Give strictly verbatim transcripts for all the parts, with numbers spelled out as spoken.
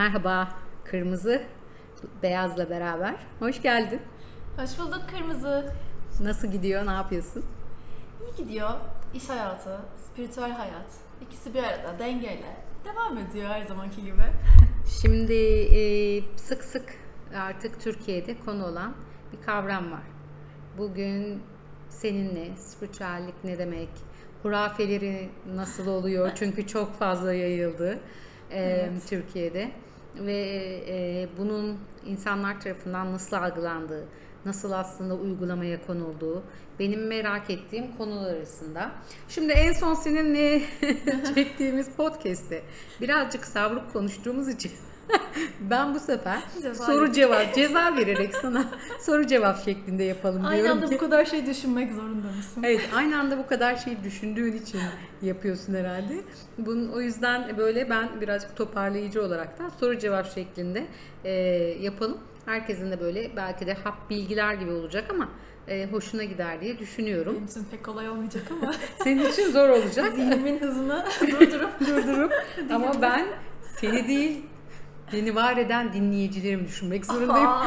Merhaba, kırmızı, beyazla beraber. Hoş geldin. Hoş bulduk Kırmızı. Nasıl gidiyor, ne yapıyorsun? İyi gidiyor. İş hayatı, spiritüel hayat. İkisi bir arada dengeyle devam ediyor her zamanki gibi. Şimdi e, sık sık artık Türkiye'de konu olan bir kavram var. Bugün seninle spiritüellik ne demek, hurafeleri nasıl oluyor çünkü çok fazla yayıldı e, Evet. Türkiye'de ve e, bunun insanlar tarafından nasıl algılandığı, nasıl aslında uygulamaya konulduğu benim merak ettiğim konular arasında. Şimdi en son seninle çektiğimiz podcast'te birazcık savruk konuştuğumuz için ben bu sefer Ceza soru yedik. cevap ceza vererek sana soru cevap şeklinde yapalım Aynı diyorum anda ki. bu kadar şey düşünmek zorunda mısın? Evet, aynı anda bu kadar şeyi düşündüğün için yapıyorsun herhalde. Bunun o yüzden böyle ben birazcık toparlayıcı olaraktan soru cevap şeklinde e, yapalım. Herkesin de böyle belki de hap bilgiler gibi olacak ama e, hoşuna gider diye düşünüyorum. Benim için pek kolay olmayacak ama Senin için zor olacak. zihnimin hızını durdurup Durdurup ama ben seni değil beni var eden dinleyicilerimi düşünmek zorundayım. Aa,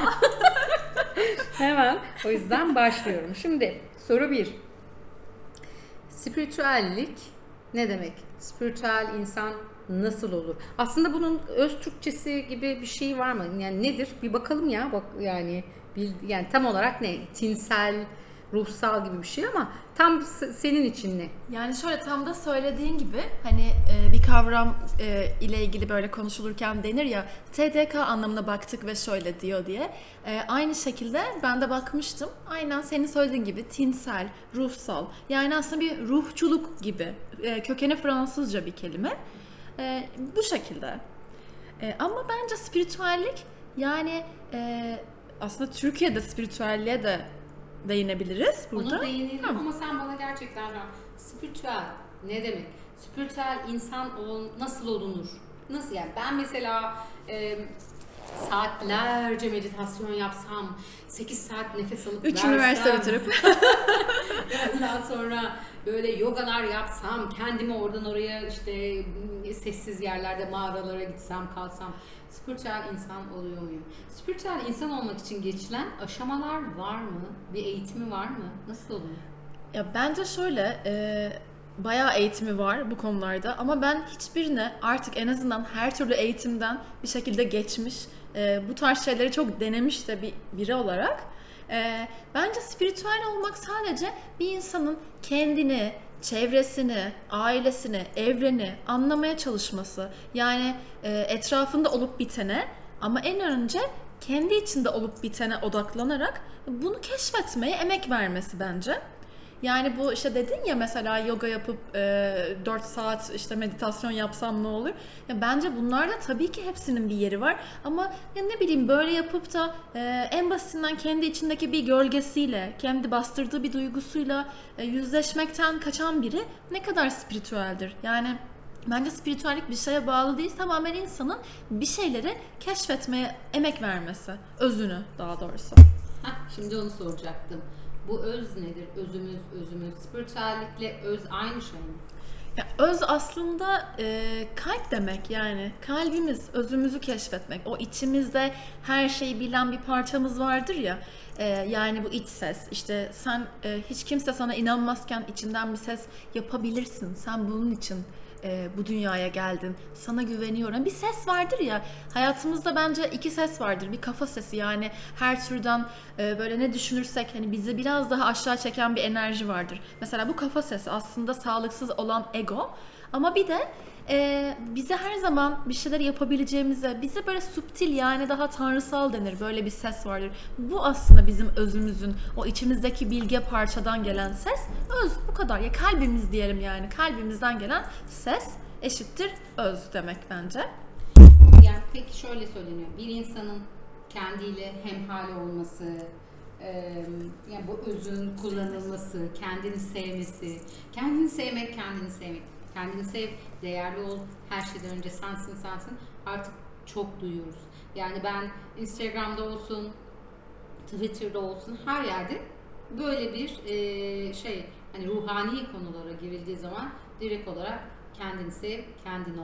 Hemen o yüzden başlıyorum. Şimdi soru bir. Spiritüellik ne demek? Spiritüel insan nasıl olur? Aslında bunun öz Türkçesi gibi bir şey var mı? Yani nedir? Bir bakalım ya. Bak yani bil, yani tam olarak ne? Tinsel, ruhsal gibi bir şey ama tam s- senin için ne? yani şöyle tam da söylediğin gibi hani e, bir kavram e, ile ilgili böyle konuşulurken denir ya T D K anlamına baktık ve şöyle diyor diye. E, aynı şekilde ben de bakmıştım. Aynen senin söylediğin gibi tinsel, ruhsal. Yani aslında bir ruhçuluk gibi. E, kökeni Fransızca bir kelime. E, bu şekilde. E, ama bence spiritüellik yani e, aslında Türkiye'de spiritüelliğe de değinebiliriz burada. Onu değinelim Hı. ama sen bana gerçekten spiritüel ne demek? Spiritüel insan ol, nasıl olunur? Nasıl yani? Ben mesela e, saatlerce meditasyon yapsam, sekiz saat nefes alıp Üç versem, üniversite bitirip. ondan sonra böyle yogalar yapsam, kendimi oradan oraya işte sessiz yerlerde mağaralara gitsem, kalsam spiritüel insan oluyor muyum? Spiritüel insan olmak için geçilen aşamalar var mı? Bir eğitimi var mı? Nasıl olur? Ya bence şöyle, e, bayağı eğitimi var bu konularda ama ben hiçbirine artık en azından her türlü eğitimden bir şekilde geçmiş, e, bu tarz şeyleri çok denemiş de bir biri olarak e, bence spiritüel olmak sadece bir insanın kendini, çevresini, ailesini, evreni anlamaya çalışması. Yani e, etrafında olup bitene ama en önce kendi içinde olup bitene odaklanarak bunu keşfetmeye emek vermesi bence. Yani bu işte dedin ya mesela yoga yapıp e, dört saat işte meditasyon yapsam ne olur? Ya bence bunlarda tabii ki hepsinin bir yeri var ama ya ne bileyim böyle yapıp da e, en basitinden kendi içindeki bir gölgesiyle, kendi bastırdığı bir duygusuyla e, yüzleşmekten kaçan biri ne kadar spiritüeldir? Yani bence spiritüellik bir şeye bağlı değil, tamamen insanın bir şeyleri keşfetmeye emek vermesi, özünü daha doğrusu. Heh, şimdi onu soracaktım. Bu öz nedir? Özümüz, özümüz. Spiritüellikle öz aynı şey mi? Ya öz aslında e, kalp demek, yani kalbimiz, özümüzü keşfetmek. O içimizde her şeyi bilen bir parçamız vardır ya. E, yani bu iç ses. İşte sen e, hiç kimse sana inanmazken içinden bir ses yapabilirsin. Sen bunun için e, bu dünyaya geldin. Sana güveniyorum. Bir ses vardır ya. Hayatımızda bence iki ses vardır. Bir kafa sesi, yani her türden e, böyle ne düşünürsek hani bizi biraz daha aşağı çeken bir enerji vardır. Mesela bu kafa sesi aslında sağlıksız olan ego. Ama bir de e, bize her zaman bir şeyler yapabileceğimize, bize böyle subtil, yani daha tanrısal denir. Böyle bir ses vardır. Bu aslında bizim özümüzün, o içimizdeki bilge parçadan gelen ses. Öz, bu kadar. Ya kalbimiz diyelim yani. Kalbimizden gelen ses eşittir öz demek bence. Yani peki şöyle söyleniyor. Bir insanın kendiyle hemhal olması, e, yani bu özün kullanılması, kendini sevmesi, kendini sevmek, kendini sevmek, kendini sev, değerli ol, her şeyden önce sensin sensin artık çok duyuyoruz. Yani ben Instagram'da olsun, Twitter'da olsun her yerde böyle bir e, şey hani ruhani konulara girildiği zaman direkt olarak kendini sev, kendin ol.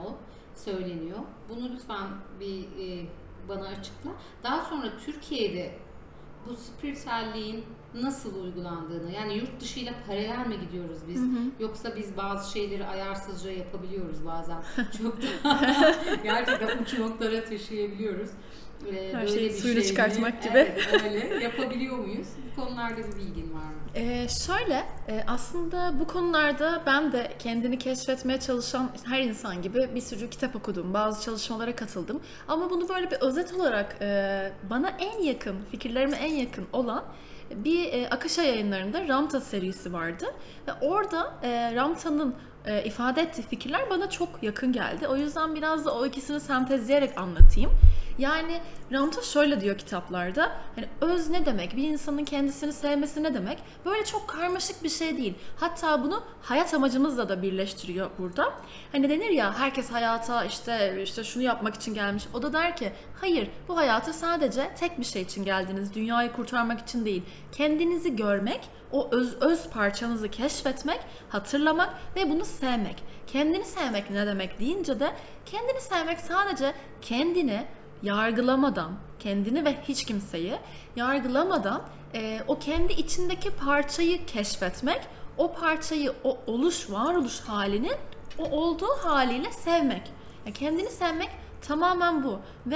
söyleniyor. Bunu lütfen bir e, bana açıkla. Daha sonra Türkiye'de bu spiritüelliğin nasıl uygulandığını, yani yurt dışıyla paralel mi gidiyoruz biz? Hı hı. Yoksa biz bazı şeyleri ayarsızca yapabiliyoruz bazen. Çok da gerçekten uç noktalara taşıyabiliyoruz. Ee, Her böyle şeyi bir suyunu şey çıkartmak mi? gibi. Evet, öyle yapabiliyor muyuz? Bu konularda bir bilgin var mı? Ee, şöyle, e, aslında bu konularda ben de kendini keşfetmeye çalışan her insan gibi bir sürü kitap okudum, bazı çalışmalara katıldım. Ama bunu böyle bir özet olarak e, bana en yakın, fikirlerime en yakın olan bir e, Akasha Yayınları'nda Ramta serisi vardı. Ve orada e, Ramta'nın e, ifade ettiği fikirler bana çok yakın geldi. O yüzden biraz da o ikisini sentezleyerek anlatayım. Yani Ramta şöyle diyor kitaplarda, hani öz ne demek, bir insanın kendisini sevmesi ne demek, böyle çok karmaşık bir şey değil. Hatta bunu hayat amacımızla da birleştiriyor burada. Hani denir ya, herkes hayata işte işte şunu yapmak için gelmiş. O da der ki hayır, bu hayata sadece tek bir şey için geldiniz, dünyayı kurtarmak için değil. Kendinizi görmek, o öz öz parçanızı keşfetmek, hatırlamak ve bunu sevmek. Kendini sevmek ne demek deyince de, kendini sevmek sadece kendini yargılamadan, kendini ve hiç kimseyi yargılamadan e, o kendi içindeki parçayı keşfetmek, o parçayı, o oluş, varoluş halini o olduğu haliyle sevmek. Yani kendini sevmek tamamen bu. Ve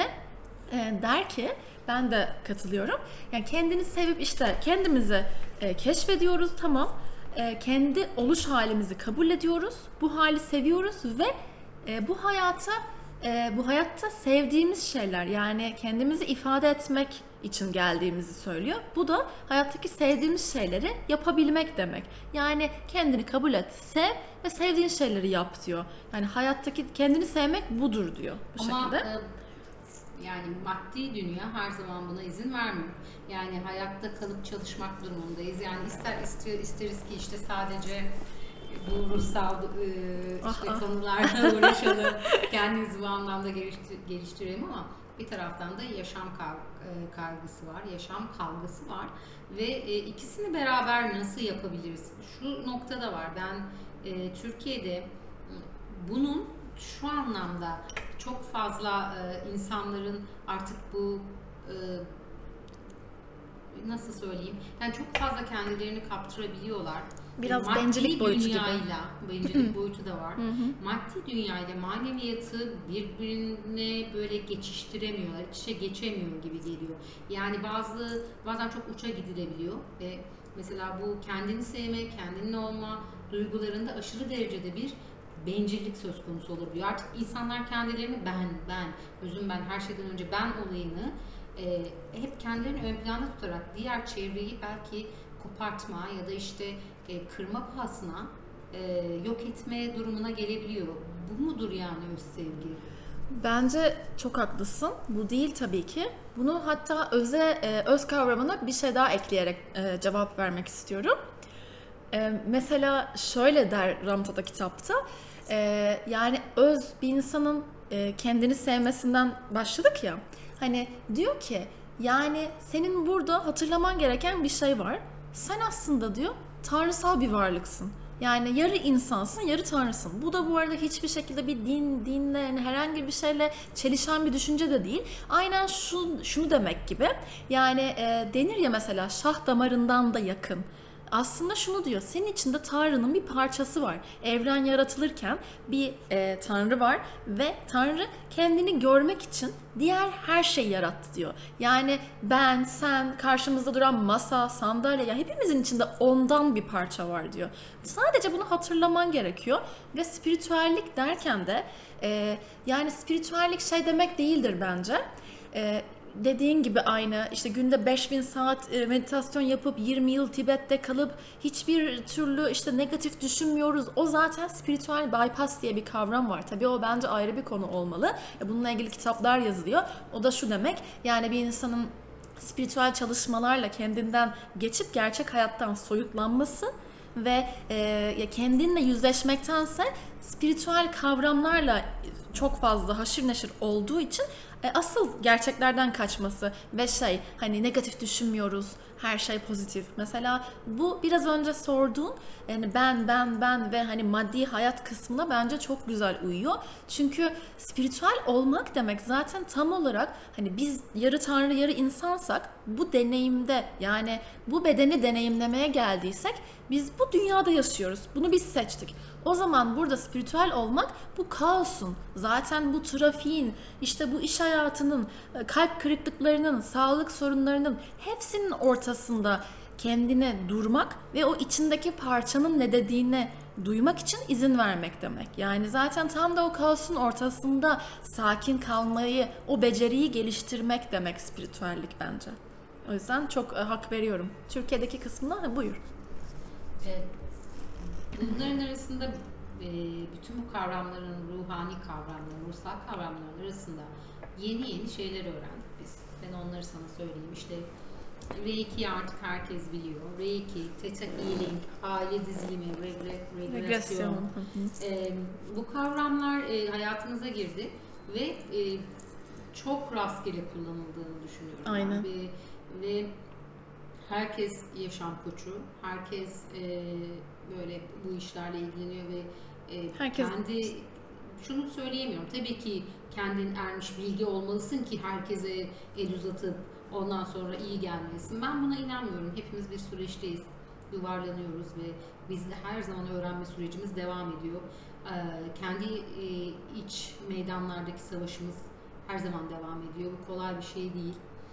e, der ki, ben de katılıyorum, yani kendini sevip işte kendimizi e, keşfediyoruz, tamam. E, kendi oluş halimizi kabul ediyoruz, bu hali seviyoruz ve e, bu hayata e, bu hayatta sevdiğimiz şeyler, yani kendimizi ifade etmek için geldiğimizi söylüyor. Bu da hayattaki sevdiğimiz şeyleri yapabilmek demek. Yani kendini kabul et, sev ve sevdiğin şeyleri yap diyor. Yani hayattaki kendini sevmek budur diyor bu Ama, şekilde. E, yani maddi dünya her zaman buna izin vermiyor. Yani hayatta kalıp çalışmak durumundayız. Yani ister ister isteriz ki işte sadece bu ruhsal e, işte Aha. konularla uğraşalım, kendimizi bu anlamda geliştir, geliştirelim ama bir taraftan da yaşam kaygısı var, yaşam kavgası var ve e, ikisini beraber nasıl yapabiliriz? Şu nokta da var. Ben e, Türkiye'de bunun şu anlamda çok fazla e, insanların artık bu e, nasıl söyleyeyim? Yani çok fazla kendilerini kaptırabiliyorlar. Biraz Maddi bencillik boyutu gibi. dünyayla, bencillik boyutu da var. Maddi dünyayla maneviyatı birbirine böyle geçiştiremiyorlar, iç içe geçemiyor gibi geliyor. Yani bazı bazen çok uça gidilebiliyor ve mesela bu kendini sevme, kendinle olma duygularında aşırı derecede bir bencillik söz konusu olabiliyor. Artık insanlar kendilerini ben, ben, özüm ben, her şeyden önce ben olayını e, hep kendilerini ön planda tutarak diğer çevreyi belki kopartma ya da işte e, kırma pahasına e, yok etme durumuna gelebiliyor. Bu mudur yani öz sevgi? Bence çok haklısın. Bu değil tabii ki. Bunu hatta öze, e, öz kavramına bir şey daha ekleyerek e, cevap vermek istiyorum. E, mesela şöyle der Ramta'da kitapta, e, yani öz bir insanın e, kendini sevmesinden başladık ya. Hani diyor ki, yani senin burada hatırlaman gereken bir şey var. Sen aslında diyor tanrısal bir varlıksın. Yani yarı insansın, yarı tanrısın. Bu da bu arada hiçbir şekilde bir din, dinle, yani herhangi bir şeyle çelişen bir düşünce de değil. Aynen şu, şunu demek gibi. Yani e, denir ya mesela, şah damarından da yakın. Aslında şunu diyor, senin içinde Tanrı'nın bir parçası var. Evren yaratılırken bir e, Tanrı var ve Tanrı kendini görmek için diğer her şeyi yarattı diyor. Yani ben, sen, karşımızda duran masa, sandalye, ya hepimizin içinde ondan bir parça var diyor. Sadece bunu hatırlaman gerekiyor ve spiritüellik derken de e, yani spiritüellik şey demek değildir bence. E, Dediğin gibi aynı işte günde beş bin saat meditasyon yapıp yirmi yıl Tibet'te kalıp hiçbir türlü işte negatif düşünmüyoruz. O zaten spiritüel bypass diye bir kavram var. Tabii o bence ayrı bir konu olmalı. Bununla ilgili kitaplar yazılıyor. O da şu demek, yani bir insanın spiritüel çalışmalarla kendinden geçip gerçek hayattan soyutlanması ve e, kendinle yüzleşmektense spiritüel kavramlarla çok fazla haşır neşir olduğu için E, asıl gerçeklerden kaçması ve şey hani negatif düşünmüyoruz, her şey pozitif. Mesela bu biraz önce sorduğun yani ben ben ben ve hani maddi hayat kısmına bence çok güzel uyuyor. Çünkü spiritüel olmak demek zaten tam olarak hani biz yarı tanrı yarı insansak bu deneyimde yani bu bedeni deneyimlemeye geldiysek biz bu dünyada yaşıyoruz. Bunu biz seçtik. O zaman burada spiritüel olmak bu kaosun, zaten bu trafiğin, işte bu iş hayatının, kalp kırıklıklarının, sağlık sorunlarının hepsinin ortasında kendine durmak ve o içindeki parçanın ne dediğini duymak için izin vermek demek. Yani zaten tam da o kaosun ortasında sakin kalmayı, o beceriyi geliştirmek demek spiritüellik bence. O yüzden çok e, hak veriyorum. Türkiye'deki kısmına buyur. Evet. Bunların arasında e, bütün bu kavramların, ruhani kavramların, ruhsal kavramların arasında yeni yeni şeyler öğrendik biz. Ben onları sana söyleyeyim. İşte Reiki'yi artık herkes biliyor. Reiki, Theta Healing, aile dizilimi, regre, regresyon. Regresyon. E, bu kavramlar e, hayatımıza girdi ve e, çok rastgele kullanıldığını düşünüyorum. Aynen. Ve, ve herkes yaşam koçu, herkes e, böyle bu işlerle ilgileniyor ve e, Herkes... kendi, şunu söyleyemiyorum, tabii ki kendin ermiş bilgi olmalısın ki herkese el uzatıp ondan sonra iyi gelmelisin. Ben buna inanmıyorum. Hepimiz bir süreçteyiz, yuvarlanıyoruz ve bizde her zaman öğrenme sürecimiz devam ediyor. E, kendi e, iç meydanlardaki savaşımız her zaman devam ediyor. Bu kolay bir şey değil.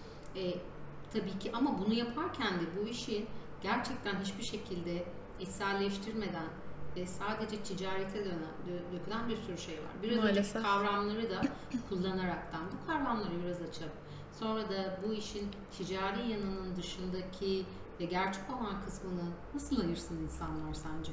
E, Tabii ki ama bunu yaparken de bu işi gerçekten hiçbir şekilde içselleştirmeden ve sadece ticarete dönen, dö- dökülen bir sürü şey var. Biraz Maalesef. önceki kavramları da kullanaraktan bu kavramları biraz açıp sonra da bu işin ticari yanının dışındaki ve gerçek olan kısmını nasıl ayırsın insanlar sence?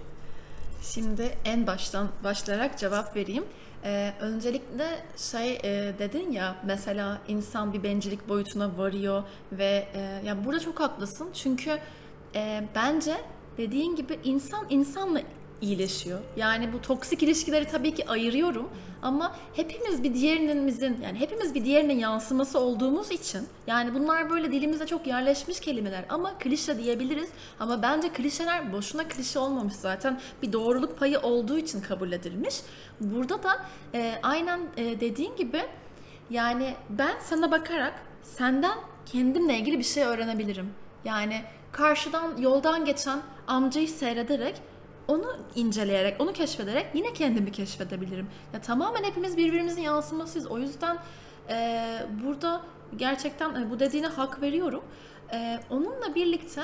Şimdi en baştan başlayarak cevap vereyim. Ee, öncelikle şey e, dedin ya mesela insan bir bencillik boyutuna varıyor ve e, ya burada çok haklısın çünkü e, bence dediğin gibi insan insanla iyileşiyor. Yani bu toksik ilişkileri tabii ki ayırıyorum ama hepimiz bir diğerinimizin yani hepimiz bir diğerinin yansıması olduğumuz için yani bunlar böyle dilimizde çok yerleşmiş kelimeler ama klişe diyebiliriz ama bence klişeler boşuna klişe olmamış zaten bir doğruluk payı olduğu için kabul edilmiş. Burada da e, aynen e, dediğin gibi yani ben sana bakarak senden kendimle ilgili bir şey öğrenebilirim. Yani karşıdan yoldan geçen amcayı seyrederek onu inceleyerek, onu keşfederek yine kendimi keşfedebilirim. Ya tamamen hepimiz birbirimizin yansımasıyız. O yüzden e, burada gerçekten e, bu dediğine hak veriyorum. E, onunla birlikte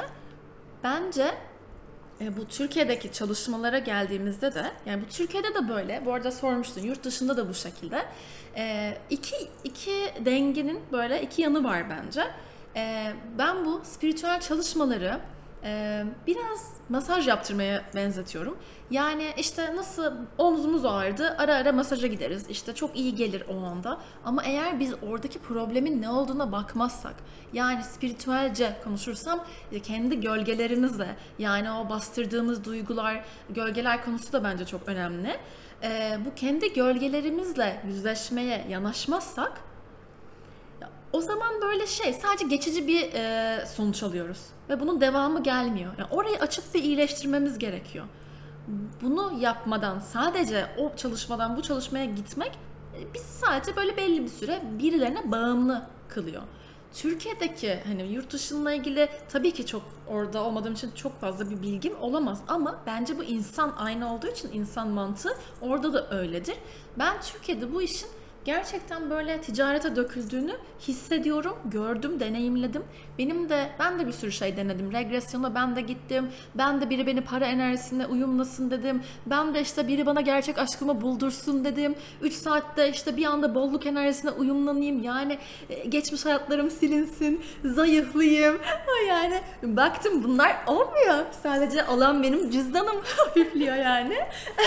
bence e, bu Türkiye'deki çalışmalara geldiğimizde de, yani bu Türkiye'de de böyle, bu arada sormuştun, yurt dışında da bu şekilde. E, iki, iki dengenin böyle iki yanı var bence. E, ben bu spiritüel çalışmaları Ee, biraz masaj yaptırmaya benzetiyorum. Yani işte nasıl omzumuz ağrıdı, ara ara masaja gideriz. İşte çok iyi gelir o anda. Ama eğer biz oradaki problemin ne olduğuna bakmazsak, yani spiritüelce konuşursam kendi gölgelerimizle, yani o bastırdığımız duygular, gölgeler konusu da bence çok önemli. Ee, bu kendi gölgelerimizle yüzleşmeye yanaşmazsak, o zaman böyle şey sadece geçici bir e, sonuç alıyoruz ve bunun devamı gelmiyor. Yani orayı açıp bir iyileştirmemiz gerekiyor. Bunu yapmadan sadece o çalışmadan bu çalışmaya gitmek e, bizi sadece böyle belli bir süre birilerine bağımlı kılıyor. Türkiye'deki hani yurt dışıyla ilgili tabii ki çok orada olmadığım için çok fazla bir bilgim olamaz ama bence bu insan aynı olduğu için insan mantığı orada da öyledir. Ben Türkiye'de bu işin gerçekten böyle ticarete döküldüğünü hissediyorum, gördüm, deneyimledim. Benim de, ben de bir sürü şey denedim. Regresyona ben de gittim. Ben de biri beni para enerjisine uyumlasın dedim. Ben de işte biri bana gerçek aşkımı buldursun dedim. üç saatte işte bir anda bolluk enerjisine uyumlanayım. Yani geçmiş hayatlarım silinsin, zayıflayayım. Yani baktım bunlar olmuyor. Sadece alan benim cüzdanım hafifliyor yani.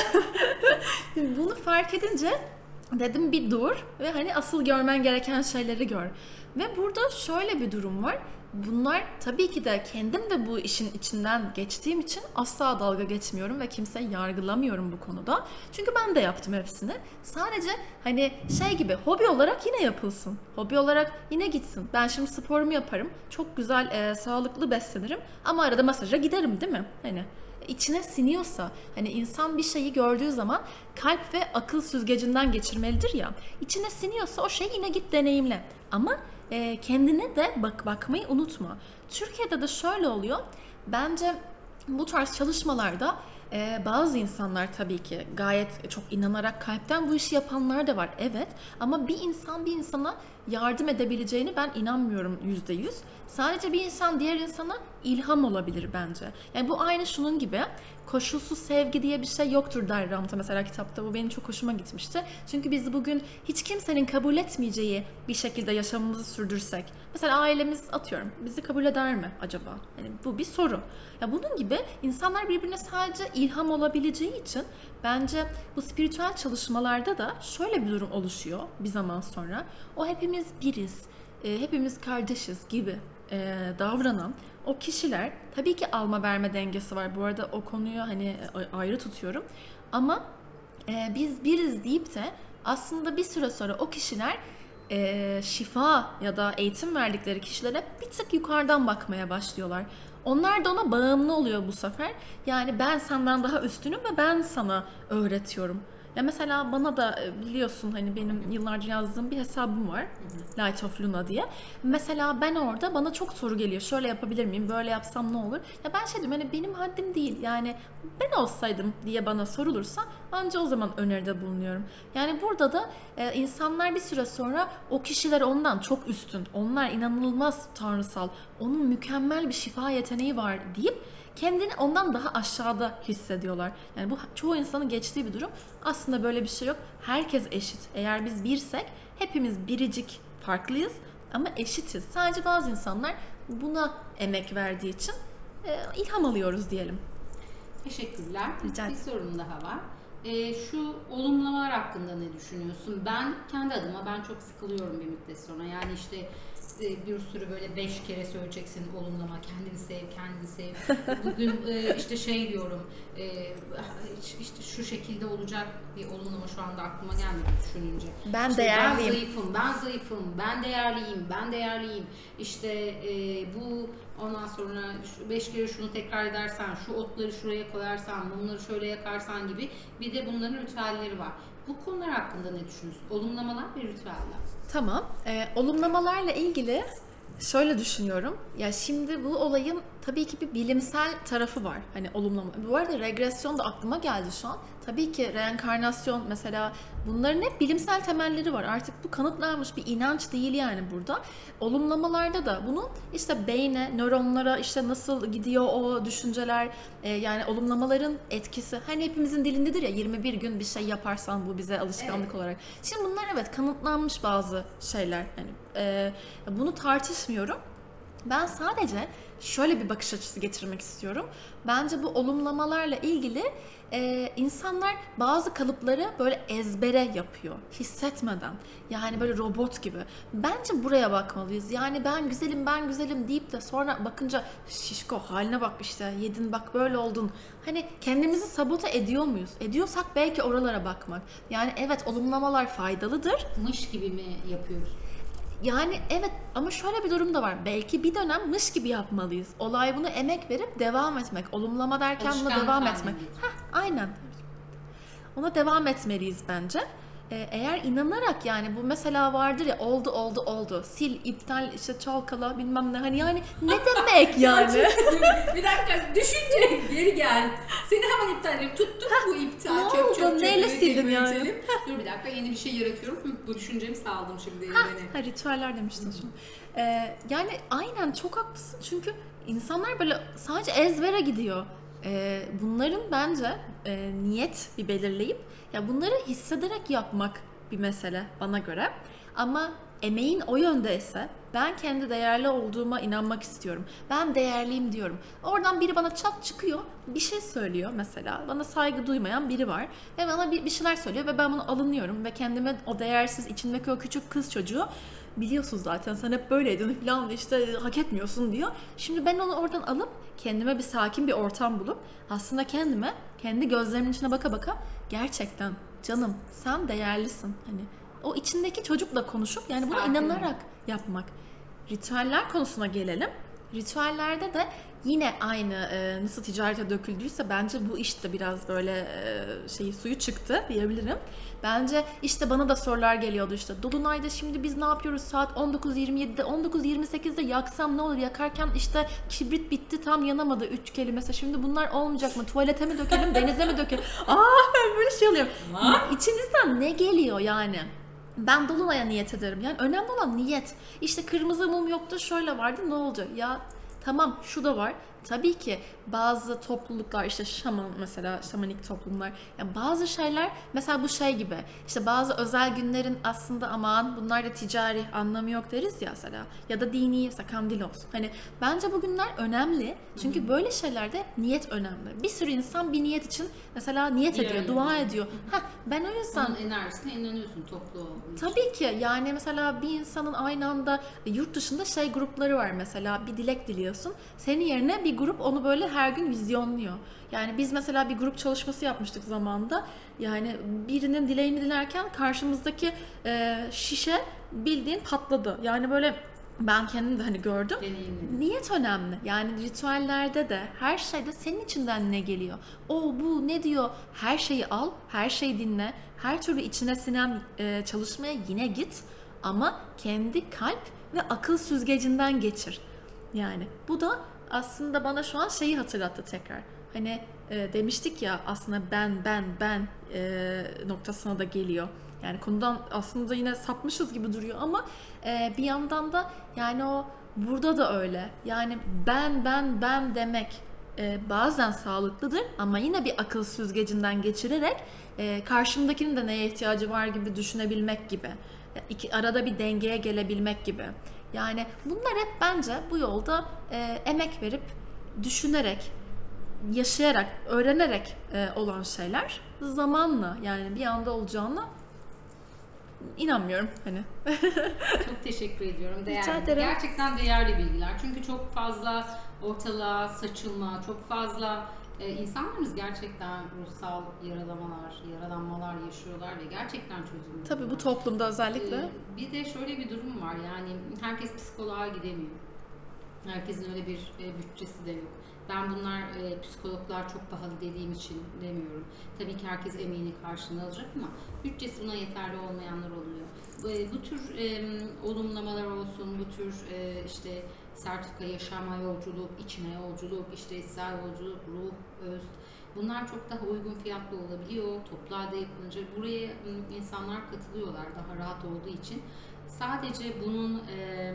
Bunu fark edince dedim bir dur ve hani asıl görmen gereken şeyleri gör. Ve burada şöyle bir durum var. bunlar tabii ki de kendim de bu işin içinden geçtiğim için asla dalga geçmiyorum ve kimseyi yargılamıyorum bu konuda. Çünkü ben de yaptım hepsini. Sadece hani şey gibi hobi olarak yine yapılsın. Hobi olarak yine gitsin. Ben şimdi sporumu yaparım. Çok güzel, e, sağlıklı beslenirim. Ama arada masaja giderim değil mi? Hani içine siniyorsa, hani insan bir şeyi gördüğü zaman kalp ve akıl süzgecinden geçirmelidir ya. İçine siniyorsa o şeyi yine git deneyimle. Ama e, kendine de bak bakmayı unutma. Türkiye'de de şöyle oluyor. Bence bu tarz çalışmalarda e, bazı insanlar tabii ki gayet çok inanarak kalpten bu işi yapanlar da var. Evet, ama bir insan bir insana yardım edebileceğini ben inanmıyorum yüzde yüz. Sadece bir insan diğer insana ilham olabilir bence. Yani bu aynı şunun gibi, koşulsuz sevgi diye bir şey yoktur der Ramta mesela kitapta. Bu benim çok hoşuma gitmişti. Çünkü biz bugün hiç kimsenin kabul etmeyeceği bir şekilde yaşamımızı sürdürsek. Mesela ailemiz atıyorum bizi kabul eder mi acaba? Yani bu bir soru. Ya bunun gibi insanlar birbirine sadece ilham olabileceği için bence bu spiritüel çalışmalarda da şöyle bir durum oluşuyor bir zaman sonra. O hepimiz biriz, e, hepimiz kardeşiz gibi e, davranan o kişiler, tabii ki alma verme dengesi var. Bu arada o konuyu hani ayrı tutuyorum. Ama e, biz biriz deyip de aslında bir süre sonra o kişiler e, şifa ya da eğitim verdikleri kişilere bir tık yukarıdan bakmaya başlıyorlar. Onlar da ona bağımlı oluyor bu sefer. Yani ben senden daha üstünüm ve ben sana öğretiyorum. Ya mesela bana da biliyorsun hani benim yıllarca yazdığım bir hesabım var. Light of Luna diye. Mesela ben orada bana çok soru geliyor. Şöyle yapabilir miyim? Böyle yapsam ne olur? Ya ben şey diyorum hani benim haddim değil. Yani ben olsaydım diye bana sorulursa anca o zaman öneride bulunuyorum. Yani burada da e, insanlar bir süre sonra o kişiler ondan çok üstün. Onlar inanılmaz tanrısal. Onun mükemmel bir şifa yeteneği var deyip kendini ondan daha aşağıda hissediyorlar. Yani bu çoğu insanın geçtiği bir durum. Aslında böyle bir şey yok. Herkes eşit. Eğer biz birsek hepimiz biricik, farklıyız ama eşitiz. Sadece bazı insanlar buna emek verdiği için e, ilham alıyoruz diyelim. Teşekkürler. Rica ederim. Bir sorun daha var. E, şu olumlamalar hakkında ne düşünüyorsun? Ben kendi adıma ben çok sıkılıyorum bir müddet sonra. Yani işte bir sürü böyle beş kere söyleyeceksin olumlama, kendini sev, kendini sev. Bugün e, işte şey diyorum, e, işte şu şekilde olacak bir olumlama şu anda aklıma gelmedi düşününce. Ben işte değerliyim. Ben zayıfım, ben zayıfım, ben değerliyim, ben değerliyim. İşte e, bu ondan sonra şu beş kere şunu tekrar edersen, şu otları şuraya koyarsan, bunları şöyle yakarsan gibi bir de bunların ritüelleri var. Bu konular hakkında ne düşünüyorsun? Olumlamalar ve ritüeller. Tamam. Ee, olumlamalarla ilgili şöyle düşünüyorum. Ya şimdi bu olayın tabii ki bir bilimsel tarafı var. Hani olumlama. Bu arada regresyon da aklıma geldi şu an. Tabii ki reenkarnasyon mesela bunların hep bilimsel temelleri var. Artık bu kanıtlanmış bir inanç değil yani burada. Olumlamalarda da bunun işte beyne, nöronlara işte nasıl gidiyor o düşünceler, e, yani olumlamaların etkisi. Hani hepimizin dilindedir ya yirmi bir gün bir şey yaparsan bu bize alışkanlık Evet. olarak. Şimdi bunlar evet kanıtlanmış bazı şeyler. Yani e, bunu tartışmıyorum. Ben sadece şöyle bir bakış açısı getirmek istiyorum. Bence bu olumlamalarla ilgili e, insanlar bazı kalıpları böyle ezbere yapıyor, hissetmeden. Yani böyle robot gibi. Bence buraya bakmalıyız. Yani ben güzelim, ben güzelim deyip de sonra bakınca şişko haline bak işte yedin bak böyle oldun. Hani kendimizi sabote ediyor muyuz? Ediyorsak belki oralara bakmak. Yani evet olumlamalar faydalıdır. Mış gibi mi yapıyoruz? Yani evet ama şöyle bir durum da var. Belki bir dönem mış gibi yapmalıyız. Olay bunu emek verip devam etmek. Olumlama derken buna Alışkanlık devam haline etmek. getirmek. Heh, aynen. Ona devam etmeliyiz bence. Ee, eğer inanarak yani bu mesela vardır ya oldu oldu oldu. Sil, iptal, işte çalkala bilmem ne. Hani yani ne demek yani? Bir dakika düşünce geri gel. Seni hemen iptal edeyim. Tuttuk bu iptal. ne çöp oldu? çöp çöp. Neyle çöp, sildin çöp, yani? çöp. Dur bir dakika yeni bir şey yaratıyorum. Hı, bu düşüncemi saldım şimdi Ha, elimden. ha, ritüeller demiştin şimdi. Ee, yani aynen çok haklısın çünkü insanlar böyle sadece ezbere gidiyor. Ee, bunların bence e, niyet bir belirleyip ya bunları hissederek yapmak bir mesele bana göre. Ama emeğin o yöndeyse ben kendi değerli olduğuma inanmak istiyorum. Ben değerliyim diyorum. Oradan biri bana çat çıkıyor, bir şey söylüyor mesela. Bana saygı duymayan biri var ve bana bir, bir şeyler söylüyor ve ben bunu alınıyorum ve kendime o değersiz içimdeki o küçük kız çocuğu biliyorsun zaten sen hep böyleydin falan işte hak etmiyorsun diyor. Şimdi ben onu oradan alıp kendime bir sakin bir ortam bulup aslında kendime kendi gözlerimin içine baka baka gerçekten canım sen değerlisin. Hani o içindeki çocukla konuşup yani buna Sakin. inanarak yapmak. Ritüeller konusuna gelelim. Ritüellerde de yine aynı e, nasıl ticarete döküldüyse bence bu işte biraz böyle e, şeyi suyu çıktı diyebilirim. Bence işte bana da sorular geliyordu işte Dolunay'da şimdi biz ne yapıyoruz saat on dokuz yirmi yedide on dokuz yirmi sekizde yaksam ne olur yakarken işte kibrit bitti tam yanamadı üç kelimesi şimdi bunlar olmayacak mı tuvalete mi dökelim denize mi dökelim aa ben böyle şey oluyorum. İçinizden ne geliyor yani? Ben Dolunay'a niyet ederim. Yani önemli olan niyet. İşte kırmızı mum yoktu, şöyle vardı, ne olacak? Ya tamam şu da var. Tabii ki bazı topluluklar işte şaman mesela şamanik toplumlar ya bazı şeyler mesela bu şey gibi işte bazı özel günlerin aslında aman bunlar da ticari anlamı yok deriz ya mesela ya da dini mesela kandil olsun. Hani bence bu günler önemli çünkü böyle şeylerde niyet önemli. Bir sürü insan bir niyet için mesela niyet Bir ediyor, araya dua geliyor. ediyor. Heh, ben o yüzden Onun enerjisine inanıyorsun toplu olduğu için. tabii ki yani mesela bir insanın aynı anda yurt dışında şey grupları var mesela bir dilek diliyorsun. Senin yerine bir grup onu böyle her gün vizyonluyor. Yani biz mesela bir grup çalışması yapmıştık zamanında. Yani birinin dileğini dilerken karşımızdaki e, şişe bildiğin patladı. Yani böyle ben kendim de hani gördüm. Deneyimledim. Niyet önemli. Yani ritüellerde de her şeyde senin içinden ne geliyor? O bu ne diyor? Her şeyi al, her şeyi dinle. Her türlü içine sinen e, çalışmaya yine git. Ama kendi kalp ve akıl süzgecinden geçir. Yani bu da aslında bana şu an şeyi hatırlattı tekrar. Hani e, demiştik ya aslında ben ben ben e, noktasına da geliyor. Yani konudan aslında yine sapmışız gibi duruyor ama e, bir yandan da yani o burada da öyle. Yani ben ben ben demek e, bazen sağlıklıdır ama yine bir akıl süzgecinden geçirerek e, karşımdakinin de neye ihtiyacı var gibi düşünebilmek gibi. E, iki, arada bir dengeye gelebilmek gibi. Yani bunlar hep bence bu yolda e, emek verip düşünerek, yaşayarak, öğrenerek e, olan şeyler. Zamanla yani bir anda olacağına inanmıyorum hani. Çok teşekkür ediyorum. Değerli. Rica ederim. Gerçekten değerli bilgiler. Çünkü çok fazla ortalığa saçılma, çok fazla e, insanlarımız gerçekten ruhsal yaralamalar, yaralanmalar yaşıyorlar ve gerçekten çözülmüyor. Tabii bu toplumda özellikle. Ee, bir de şöyle bir durum var. Yani herkes psikoloğa gidemiyor. Herkesin öyle bir e, bütçesi de yok. Ben bunlar e, psikologlar çok pahalı dediğim için demiyorum. Tabii ki herkes emeğini karşılığını alacak ama bütçesi buna yeterli olmayanlar oluyor. E, bu tür e, olumlamalar olsun, bu tür e, işte sertifika, yaşama yolculuk, içine yolculuk, işte içsel yolculuk, ruh, öz. Bunlar çok daha uygun fiyatlı olabiliyor. Toplu halde yapılınca buraya e, insanlar katılıyorlar daha rahat olduğu için. Sadece bunun e,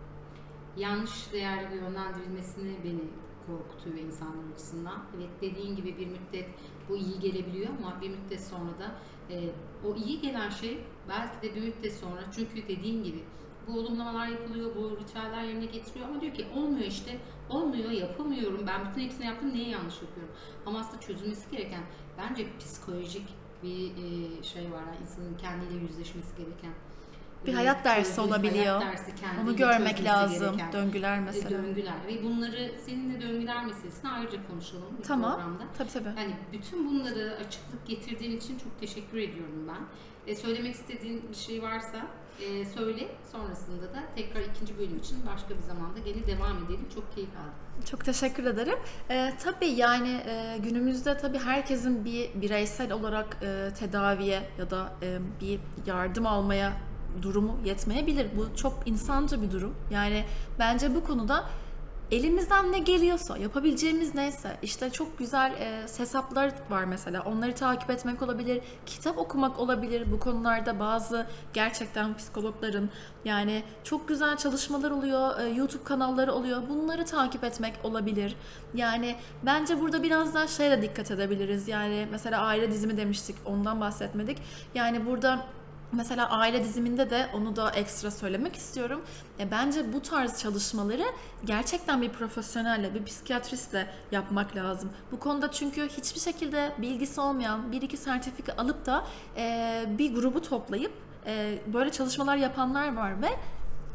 yanlış değerli yönlendirilmesini beni korkutuyor insanlar açısından. Evet dediğin gibi bir müddet bu iyi gelebiliyor ama bir müddet sonra da e, o iyi gelen şey belki de bir müddet sonra çünkü dediğin gibi bu olumlamalar yapılıyor, bu ritüeller yerine getiriyor ama diyor ki olmuyor işte, olmuyor, yapamıyorum, ben bütün hepsini yaptım, niye yanlış yapıyorum? Ama aslında çözülmesi gereken bence psikolojik bir e, şey var, yani insanın kendiyle yüzleşmesi gereken. Bir hayat dersi Çözmesi, olabiliyor. hayat dersi, kendiyle Onu görmek çözmesi lazım. gereken. Döngüler mesela. Döngüler ve bunları seninle döngüler meselesini ayrıca konuşalım bir Tamam. programda. Tabii tabii. Yani bütün bunları açıklık getirdiğin için çok teşekkür ediyorum ben. E, söylemek istediğin bir şey varsa e, söyle. Sonrasında da tekrar ikinci bölüm için başka bir zamanda gene devam edelim. Çok keyif aldım. Çok teşekkür ederim. Ee, tabii yani e, günümüzde tabii herkesin bir bireysel olarak e, tedaviye ya da e, bir yardım almaya durumu yetmeyebilir. Bu çok insancı bir durum. Yani bence bu konuda elimizden ne geliyorsa, yapabileceğimiz neyse, işte çok güzel e, hesaplar var mesela. Onları takip etmek olabilir, kitap okumak olabilir. Bu konularda bazı gerçekten psikologların yani çok güzel çalışmalar oluyor, e, YouTube kanalları oluyor. Bunları takip etmek olabilir. Yani bence burada biraz daha şeye dikkat edebiliriz. Yani mesela aile dizimi demiştik, ondan bahsetmedik. Yani burada mesela aile diziminde de onu da ekstra söylemek istiyorum. E, bence bu tarz çalışmaları gerçekten bir profesyonelle, bir psikiyatristle yapmak lazım. Bu konuda çünkü hiçbir şekilde bilgisi olmayan bir iki sertifika alıp da e, bir grubu toplayıp e, böyle çalışmalar yapanlar var ve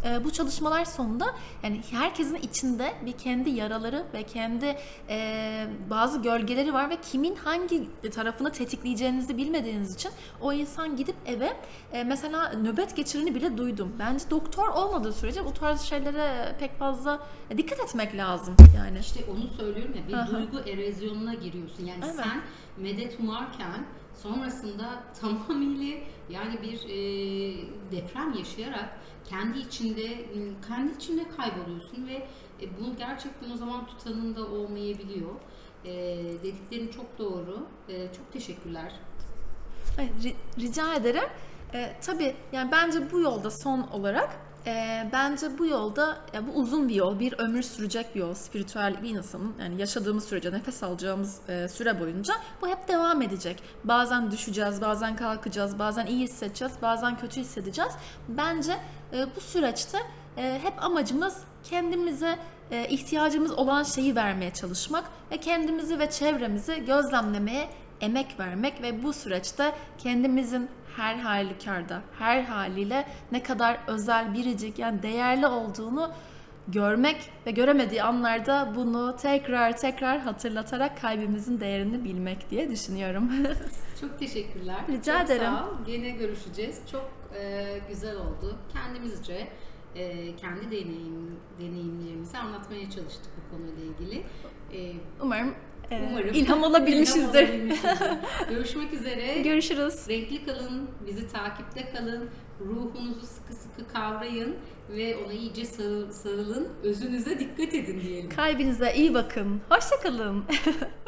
e, bu çalışmalar sonunda yani herkesin içinde bir kendi yaraları ve kendi e, bazı gölgeleri var ve kimin hangi tarafını tetikleyeceğinizi bilmediğiniz için o insan gidip eve e, mesela nöbet geçireni bile duydum. Bence doktor olmadığı sürece bu tarz şeylere pek fazla dikkat etmek lazım yani. İşte onu söylüyorum ya, bir Aha. duygu erozyonuna giriyorsun. Yani Evet. sen medet umarken sonrasında tamamıyla yani bir e, deprem yaşayarak kendi içinde kendi içinde kayboluyorsun ve e, bunu gerçekten o zaman tutanın da olmayabiliyor. E, dediklerin çok doğru. E, çok teşekkürler. Ay, ri- rica ederim. Ee, tabii yani bence bu yolda son olarak e, bence bu yolda ya bu uzun bir yol, bir ömür sürecek bir yol. Spiritüel bir insanın yani yaşadığımız sürece, nefes alacağımız e, süre boyunca bu hep devam edecek. Bazen düşeceğiz, bazen kalkacağız, bazen iyi hissedeceğiz, bazen kötü hissedeceğiz. Bence e, bu süreçte e, hep amacımız kendimize e, ihtiyacımız olan şeyi vermeye çalışmak ve kendimizi ve çevremizi gözlemlemeye emek vermek ve bu süreçte kendimizin her halükarda, her haliyle ne kadar özel, biricik, yani değerli olduğunu görmek ve göremediği anlarda bunu tekrar tekrar hatırlatarak kalbimizin değerini bilmek diye düşünüyorum. Çok teşekkürler. Rica Çok ederim. sağ ol. Gene görüşeceğiz. Çok e, güzel oldu. Kendimizce e, kendi deneyim, deneyimlerimizi anlatmaya çalıştık bu konuyla ilgili. E, Umarım, e, Umarım ilham olabilmişizdir. ilham olabilmişizdir. Görüşmek üzere. Görüşürüz. Renkli kalın, bizi takipte kalın, ruhunuzu sıkı sıkı kavrayın ve ona iyice sarıl- sarılın, özünüze dikkat edin diyelim. Kalbinize iyi bakın. Hoşça kalın.